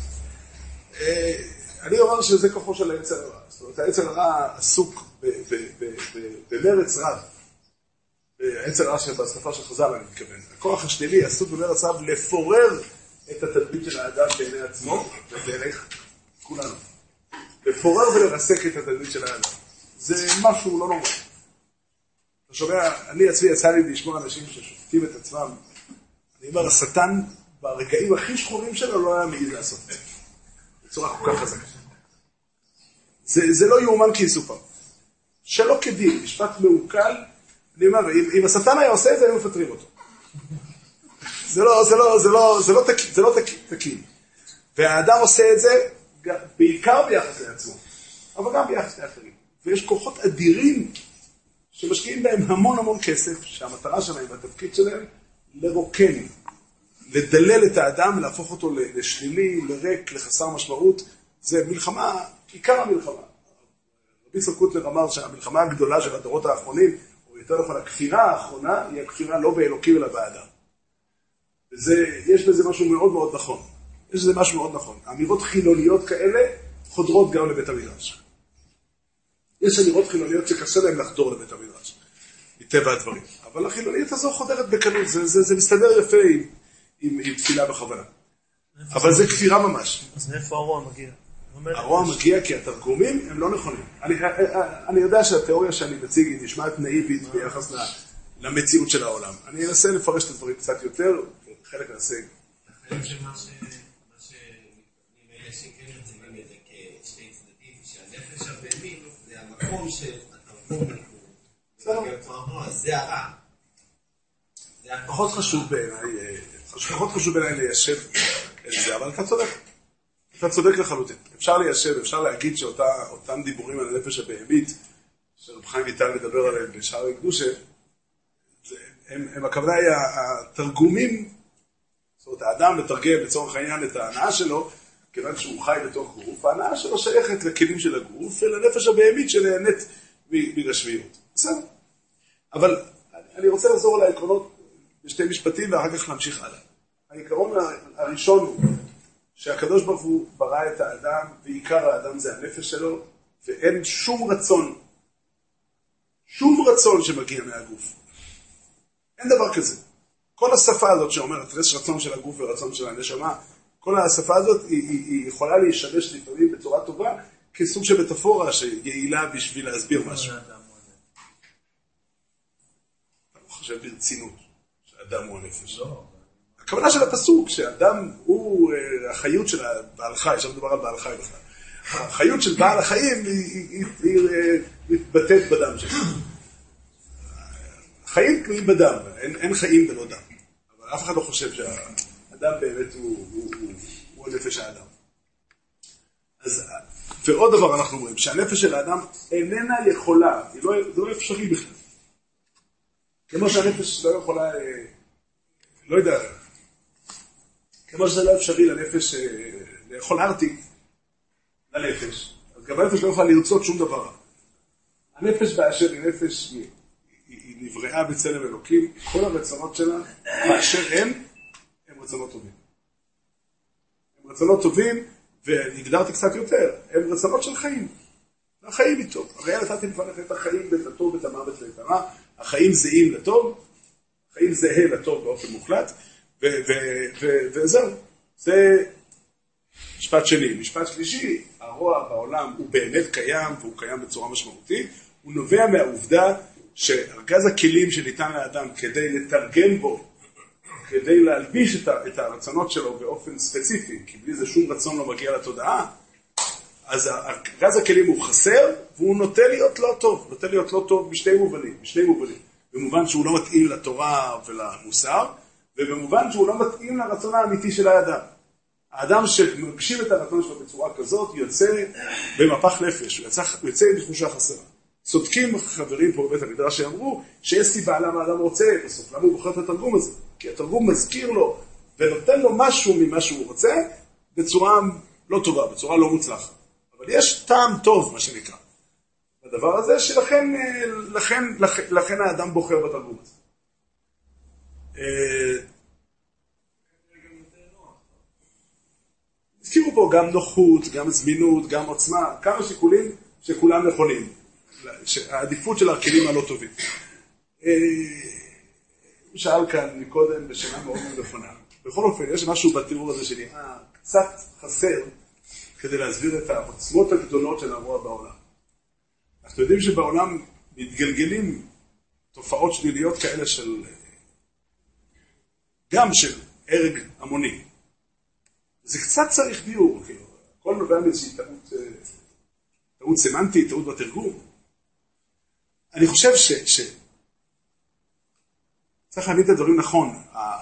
אני אומר שזה כוחו של היצר הרע. זאת אומרת, היצר הרע עסוק במרץ רב. היצר הרע שבשפה של חז"ל אני מתכוון. הכוח השלילי עסוק במרץ רב לפורר את התדמית של האדם בעיני עצמו, ובעיני כולנו. לפורר ולרסק את התדמית של האדם. זה משהו לא נורא. אתה שומע, אני עצמי יצא לי לשמוע אנשים ששופטים את עצמם. אני אומר, השטן ברגעים הכי שחורים שלו לא היה מעיד לעשות. בצורה כל כך חזקה. זה, זה לא יאומן כי יסופר. שלא כדין, משפט מעוקל, אני אומר, אם, אם השטן היה עושה את זה, היו מפטרים אותו. זה לא, זה לא, זה לא, זה לא תקין, זה לא תקין. והאדם עושה את זה, בעיקר ביחס לעצמו, אבל גם ביחס לאחרים. ויש כוחות אדירים שמשקיעים בהם המון המון כסף, שהמטרה שלהם והתפקיד שלהם לרוקן, לדלל את האדם, להפוך אותו לשלילי, לריק, לחסר משמעות. זה מלחמה, עיקר המלחמה. רבי יצחק קוטלר אמר שהמלחמה הגדולה של הדורות האחרונים, או יותר נכון, הכפירה האחרונה, היא הכפירה לא באלוקים אלא באדם. וזה, יש בזה משהו מאוד מאוד נכון. יש בזה משהו מאוד נכון. אמירות חילוניות כאלה חודרות גם לבית המדרש. יש אמירות חילוניות שקשה להם לחדור לבית המדרש, מטבע הדברים. אבל החילוניות הזו חודרת בקלות, זה, זה, זה מסתדר יפה עם, עם, עם תפילה בכוונה. אבל זה כפירה ממש. אז מאיפה הרוע מגיע? הרוע מגיע כי התרגומים הם לא נכונים. אני, אני יודע שהתיאוריה שאני מציג היא נשמעת נאיבית ביחס למציאות של העולם. אני אנסה לפרש את הדברים קצת יותר, חלק נעשה. החלק של מה שמאלה שכן מציגים את זה כשתי צדדים, שהנפש הבהמית זה המקום של התרגום, זה הרע. פחות חשוב בעיניי, פחות חשוב בעיניי ליישב את זה, אבל אתה צודק. אתה צודק לחלוטין. אפשר ליישב, אפשר להגיד שאותם דיבורים על הנפש הבהמית, שרב חיים ויטל מדבר עליהם בשערי קדושה, הם הכוונה היא התרגומים, זאת אומרת, האדם מתרגם לצורך העניין את ההנאה שלו, כיוון שהוא חי בתוך גוף, ההנאה שלו שייכת לכלים של הגוף, ולנפש הבהמית שנהנית מגשמיות. בסדר. אבל אני רוצה לחזור על העקרונות בשתי משפטים, ואחר כך להמשיך הלאה. העיקרון הראשון הוא, שהקדוש ברוך הוא ברא את האדם, ועיקר האדם זה הנפש שלו, ואין שום רצון, שום רצון שמגיע מהגוף. אין דבר כזה. כל השפה הזאת שאומרת, יש רצון של הגוף ורצון של הנשמה, כל השפה הזאת היא, היא, היא יכולה להישמש לפעמים בצורה טובה, כסוג של מטאפורה שיעילה בשביל להסביר משהו. אתה לא חושב ברצינות שהאדם הוא הנפש. לא. הכוונה של הפסוק, שהאדם הוא החיות של הבעל חי, שם מדובר על בעל חי בכלל. החיות של בעל החיים היא, היא, היא מתבטאת בדם שלו. חיים תלויים בדם, אין, אין חיים ולא דם. אבל אף אחד לא חושב שהאדם באמת הוא, הוא, הוא, הוא הנפש האדם. אז, ועוד דבר אנחנו אומרים, שהנפש של האדם איננה יכולה, היא לא, זה לא אפשרי בכלל. כמו שהנפש לא יכולה, לא יודע, כמו שזה לא אפשרי לנפש לאכול ארטיק לנפש, אז גם הנפש לא יכולה לרצות שום דבר. הנפש באשר היא נפש, היא, היא נבראה בצלם אלוקים, כל הרצונות שלה, באשר הם, הם רצונות טובים. הם רצונות טובים, והגדרתי קצת יותר, הם רצונות של חיים. החיים היא טוב. הרי נתתי לפניך את החיים ואת הטוב ואת המוות ואת הרע. החיים זהים לטוב, החיים זהה לטוב באופן מוחלט, וזהו. זה משפט שני. משפט שלישי, הרוע בעולם הוא באמת קיים, והוא קיים בצורה משמעותית. הוא נובע מהעובדה שארגז הכלים שניתן לאדם כדי לתרגם בו, כדי להלביש את הרצונות שלו באופן ספציפי, כי בלי זה שום רצון לא מגיע לתודעה, אז ארגז הכלים הוא חסר, והוא נוטה להיות לא טוב, נוטה להיות לא טוב בשני מובנים, בשני מובנים. במובן שהוא לא מתאים לתורה ולמוסר, ובמובן שהוא לא מתאים לרצון האמיתי של האדם. האדם שמגשים את הרצון שלו בצורה כזאת, יוצא במפח נפש, הוא יוצא, יוצא עם תחושה חסרה. צודקים חברים פה בבית המדרש שאמרו, שיש סיבה למה האדם רוצה בסוף, למה הוא בוחר את התרגום הזה? כי התרגום מזכיר לו, ונותן לו משהו ממה שהוא רוצה, בצורה לא טובה, בצורה לא מוצלחת. אבל יש טעם טוב, מה שנקרא, בדבר הזה, שלכן לכן, לכן, לכן האדם בוחר בתרגום הזה. הזכירו פה גם נוחות, גם זמינות, גם עוצמה, כמה שיקולים שכולם נכונים. העדיפות של הכלים הלא טובים. הוא שאל כאן מקודם בשנה מאוד מאוד נכונה. בכל אופן, יש משהו בתיאור הזה שנראה קצת חסר כדי להסביר את העוצמות הגדולות של הרוע בעולם. אנחנו יודעים שבעולם מתגלגלים תופעות שליליות כאלה של, גם של הרג המוני. זה קצת צריך ביור, כאילו. הכל נובע מאיזושהי טעות, טעות סמנטית, טעות בתרגום. אני חושב ש... ש... צריך להבין את הדברים נכון.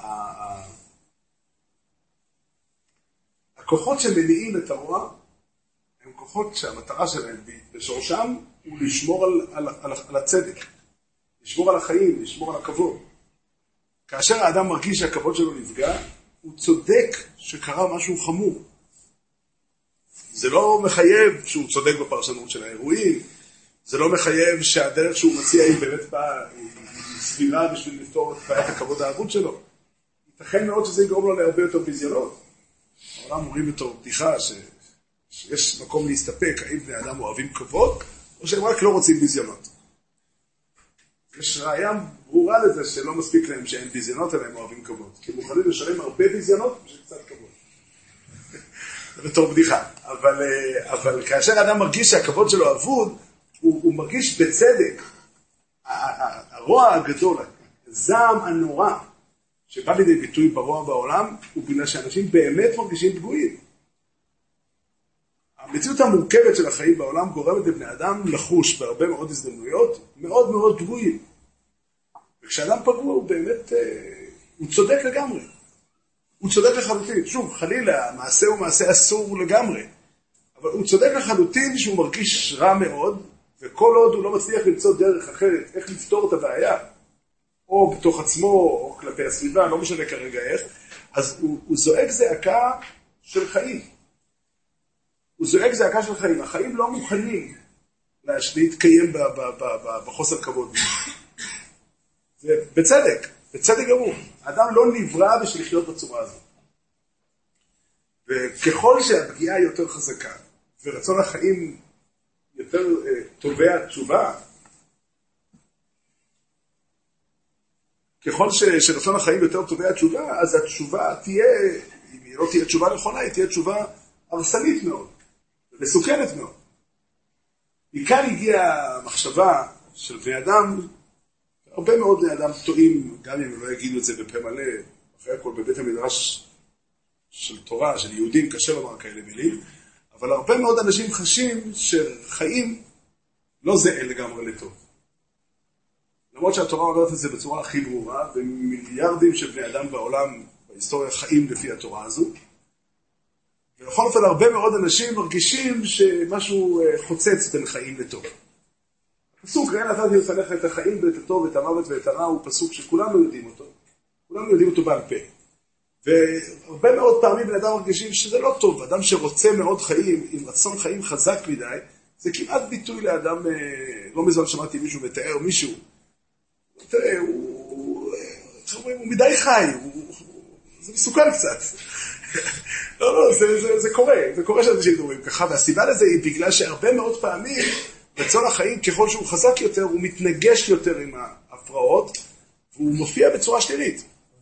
הכוחות שמניעים את הרוע, הם כוחות שהמטרה שלהם בשורשם הוא לשמור על, על, על, על הצדק, לשמור על החיים, לשמור על הכבוד. כאשר האדם מרגיש שהכבוד שלו נפגע, הוא צודק שקרה משהו חמור. זה לא מחייב שהוא צודק בפרשנות של האירועים, זה לא מחייב שהדרך שהוא מציע היא באמת באה, היא סבירה בשביל לפתור את בעיית הכבוד האבוד שלו. ייתכן מאוד שזה יגרום לו להרבה יותר ביזיונות. העולם אומרים בתור בדיחה ש... שיש מקום להסתפק, האם בני אדם אוהבים כבוד, או שהם רק לא רוצים ביזיונות. יש ראיה ברורה לזה שלא מספיק להם שאין ביזיונות, אלא הם אוהבים כבוד. כי הם מוכנים לשלם הרבה ביזיונות בשביל קצת כבוד. זה בתור בדיחה. אבל, אבל כאשר האדם מרגיש שהכבוד שלו אבוד, הוא, הוא מרגיש בצדק. הרוע הגדול, הזעם הנורא, שבא לידי ביטוי ברוע בעולם, הוא בגלל שאנשים באמת מרגישים פגועים. המציאות המורכבת של החיים בעולם גורמת לבני אדם לחוש בהרבה מאוד הזדמנויות, מאוד מאוד פגועים. וכשאדם פגוע הוא באמת, הוא צודק לגמרי. הוא צודק לחלוטין. שוב, חלילה, המעשה הוא מעשה אסור לגמרי. אבל הוא צודק לחלוטין שהוא מרגיש רע מאוד, וכל עוד הוא לא מצליח למצוא דרך אחרת, איך לפתור את הבעיה, או בתוך עצמו, או כלפי הסביבה, לא משנה כרגע איך, אז הוא, הוא זועק זעקה של חיים. הוא זועק זעקה של חיים. החיים לא מוכנים להתקיים ב- ב- ב- בחוסר כבוד. זה בצדק, בצדק גמור. האדם לא נברא בשביל לחיות בצורה הזאת. וככל שהפגיעה יותר חזקה, ורצון החיים יותר uh, תובע תשובה, ככל ש, שרצון החיים יותר תובע תשובה, אז התשובה תהיה, אם היא לא תהיה תשובה נכונה, היא תהיה תשובה הרסנית מאוד, מסוכנת מאוד. מכאן הגיעה המחשבה של בני אדם, הרבה מאוד בני אדם טועים, גם אם הם לא יגידו את זה בפה מלא, אחרי הכל בבית המדרש של תורה, של יהודים, קשה לומר כאלה מילים, אבל הרבה מאוד אנשים חשים שחיים לא זהה לגמרי לטוב. למרות שהתורה אומרת את זה בצורה הכי ברורה, ומיליארדים של בני אדם בעולם בהיסטוריה חיים לפי התורה הזו, ובכל אופן הרבה מאוד אנשים מרגישים שמשהו חוצץ בין חיים לטוב. פסוק, ראה נתתי לפניך את החיים ואת הטוב ואת המוות ואת הרע, הוא פסוק שכולנו יודעים אותו. כולנו יודעים אותו בעל פה. והרבה מאוד פעמים בן אדם מרגישים שזה לא טוב. אדם שרוצה מאוד חיים, עם רצון חיים חזק מדי, זה כמעט ביטוי לאדם, לא מזמן שמעתי מישהו מתאר מישהו. תראה, הוא, הוא מדי חי, הוא, זה מסוכן קצת. לא, לא, זה, זה, זה קורה, זה קורה שאנשים דומים ככה, והסיבה לזה היא בגלל שהרבה מאוד פעמים, רצון החיים, ככל שהוא חזק יותר, הוא מתנגש יותר עם ההפרעות, והוא מופיע בצורה שלילית.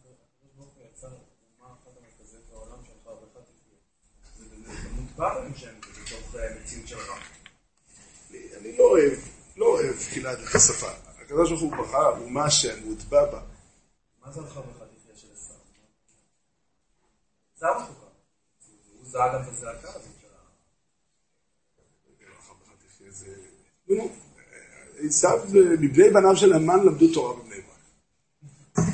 אני לא אוהב, לא אוהב קהילת את השפה. הקדוש ברוך הוא ברא, הוא מה שמוטבע בה. מה זה הלכה בחתיכיה של השר? זה המחוקה. הוא זעק גם את הזעקה הזאת של ה... הלכה בחתיכיה זה... נו, עשיו מבני בניו של המן למדו תורה בבני ברק.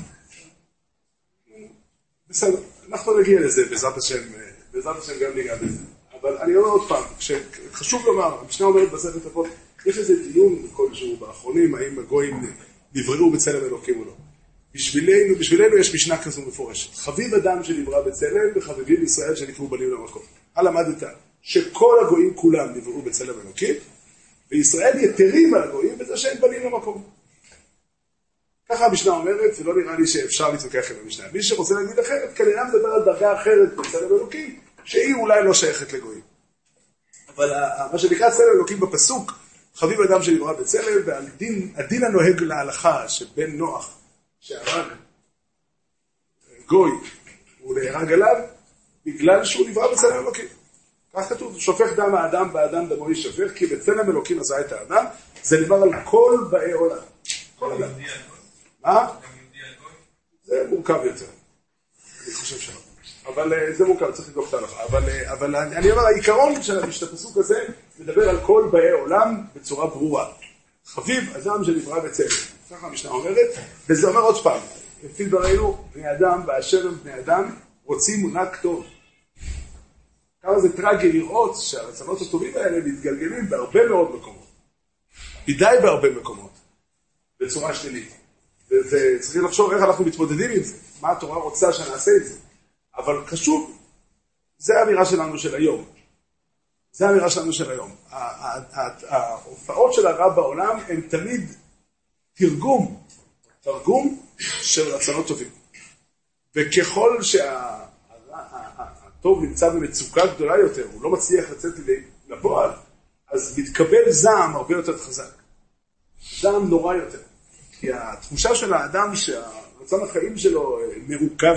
בסדר, אנחנו נגיע לזה בעזרת השם, בעזרת השם גם ניגע בזה. אבל אני אומר עוד פעם, חשוב לומר, המשנה אומרת בספר אבות, יש איזה דיון כלשהו באחרונים, האם הגויים נבראו בצלם אלוקים או לא. בשבילנו, בשבילנו יש משנה כזו מפורשת. חביב אדם שנברא בצלם וחביבים ישראל שנקראו בנים למקום. הלמדת שכל הגויים כולם נבראו בצלם אלוקים, וישראל יתרים על הגויים בזה שהם בנים למקום. ככה המשנה אומרת, ולא נראה לי שאפשר להתווכח עם המשנה. מי שרוצה להגיד אחרת, כנראה מדבר על דרגה אחרת בצלם אלוקים, שהיא אולי לא שייכת לגויים. אבל מה שנקרא צלם אלוקים בפסוק, חביב אדם שנברא בצלם, והדין הדין הנוהג להלכה שבן נוח, שהרג גוי, הוא נהרג עליו, בגלל שהוא נברא בצלם אלוקים. כך כתוב, שופך דם האדם, באדם דמו ישפך, כי בצלם אלוקים עשה את האדם, זה נדבר על כל באי עולם. כל אדם. מה? זה מורכב יותר. אני חושב שלא. אבל זה מורכב, צריך לבדוק את ההלכה. אבל, אבל אני אומר, העיקרון של הפסוק הזה מדבר על כל באי עולם בצורה ברורה. חביב אדם שנברא בצלם. ככה המשנה אומרת, וזה אומר עוד פעם, לפי דברינו, בני אדם באשר הם בני אדם רוצים רק טוב. כמה זה טרגי לראות שהרצונות הטובים האלה מתגלגלים בהרבה מאוד מקומות. מדי בהרבה מקומות, בצורה שלילית. וצריכים לחשוב איך אנחנו מתמודדים עם זה, מה התורה רוצה שנעשה את זה. אבל חשוב, זה האמירה שלנו של היום. זה האמירה שלנו של היום. ההופעות של הרע בעולם הן תמיד תרגום, תרגום של רצונות טובים. וככל שהטוב נמצא במצוקה גדולה יותר, הוא לא מצליח לצאת לפועל, אז מתקבל זעם הרבה יותר חזק. זעם נורא יותר. כי התחושה של האדם שהרצון החיים שלו מעוכב,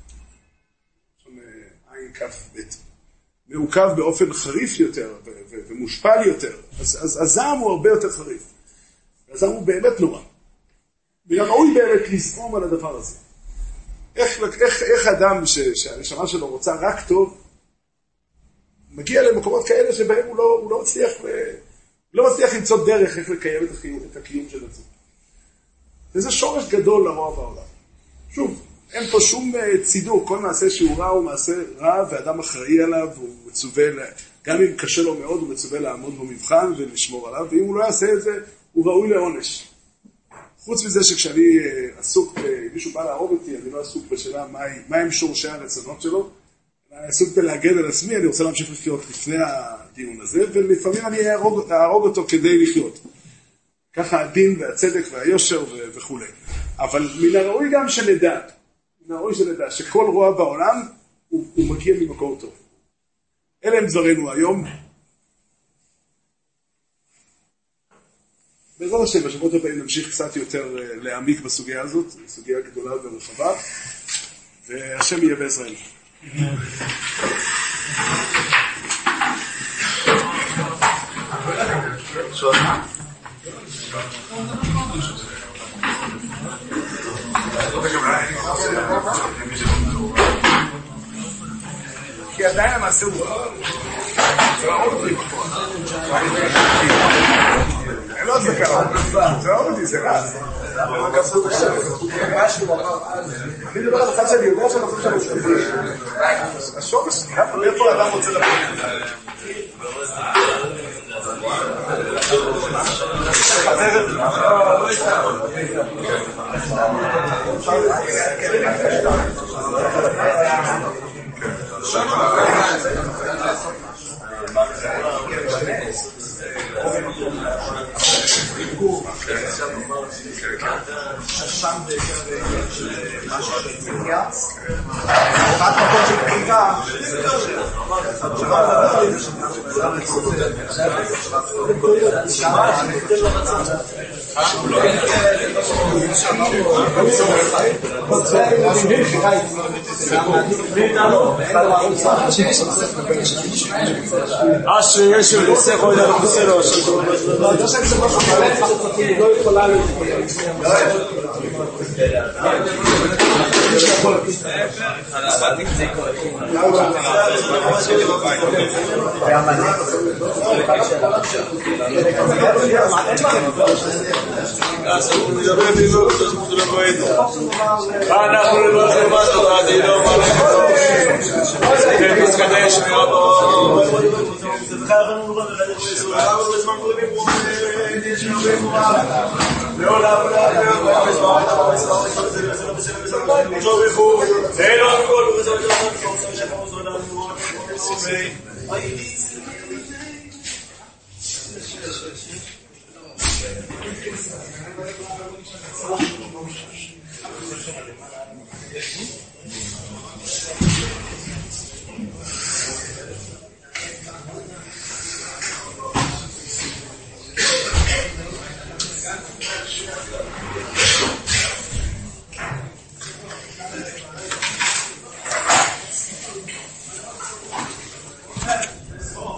עין כף בית, מעוכב באופן חריף יותר ומושפל יותר, אז, אז הזעם הוא הרבה יותר חריף. הזעם הוא באמת נורא. וראוי באמת לזעום על הדבר הזה. איך, איך, איך אדם ש, שהנשמה שלו רוצה רק טוב, מגיע למקומות כאלה שבהם הוא לא, הוא לא מצליח, לא מצליח למצוא דרך איך לקיים את הקיום, את הקיום של עצמו. וזה שורש גדול לרוע בעולם. שוב, אין פה שום צידור, כל מעשה שהוא רע הוא מעשה רע, ואדם אחראי עליו, הוא מצווה, גם אם קשה לו מאוד, הוא מצווה לעמוד במבחן ולשמור עליו, ואם הוא לא יעשה את זה, הוא ראוי לעונש. חוץ מזה שכשאני עסוק, מישהו בא להרוג אותי, אני לא עסוק בשאלה מה הם שורשי הרצונות שלו, אני עסוק בלהגן על עצמי, אני רוצה להמשיך לחיות לפני הדיון הזה, ולפעמים אני אהרוג, אהרוג אותו כדי לחיות. ככה הדין והצדק והיושר וכו'. אבל מן הראוי גם שנדע, מן הראוי שנדע שכל רוע בעולם הוא, הוא מגיע ממקור טוב. אלה הם דברינו היום. בעזרת השם, בשבועות הבאים נמשיך קצת יותר להעמיק בסוגיה הזאת, סוגיה גדולה ורחבה, והשם יהיה בעזרנו. כי עדיין המעשה הוא אין לו הצדקה, זה לא אותי, זה רע. אני מדבר על אחד שאני יודע שאני חושב שאני שכחי. השורש, איפה האדם רוצה לבוא? אשרי ישו לסך עוד על חוסרו לא יכולה אנחנו לבוא לבוא עדי לא מלאכתו ומתקדש מרבו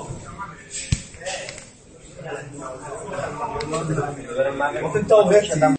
בוקר טוב.